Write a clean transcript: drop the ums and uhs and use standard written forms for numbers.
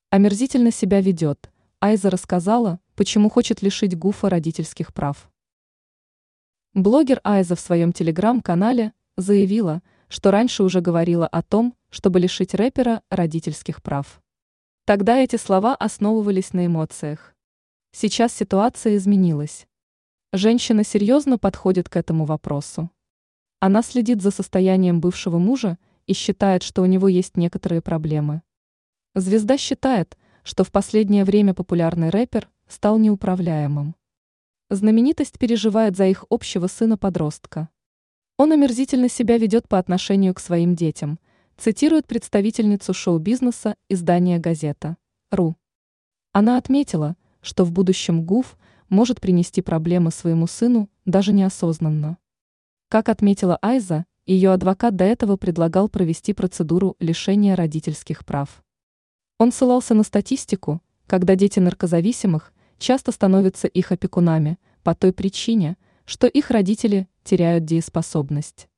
Омерзительно себя ведет. Айза рассказала, почему хочет лишить Гуфа родительских прав. Блогер Айза в своем телеграм-канале заявила, что раньше уже говорила о том, чтобы лишить рэпера родительских прав. Тогда эти слова основывались на эмоциях. Сейчас ситуация изменилась. Женщина серьезно подходит к этому вопросу. Она следит за состоянием бывшего мужа и считает, что у него есть некоторые проблемы. Звезда считает, что в последнее время популярный рэпер стал неуправляемым. Знаменитость переживает за их общего сына-подростка. Он омерзительно себя ведет по отношению к своим детям, цитирует представительницу шоу-бизнеса издания «Газета.ру». Она отметила, что в будущем Гуф может принести проблемы своему сыну даже неосознанно. Как отметила Айза, ее адвокат до этого предлагал провести процедуру лишения родительских прав. Он ссылался на статистику, когда дети наркозависимых часто становятся их опекунами по той причине, что их родители теряют дееспособность.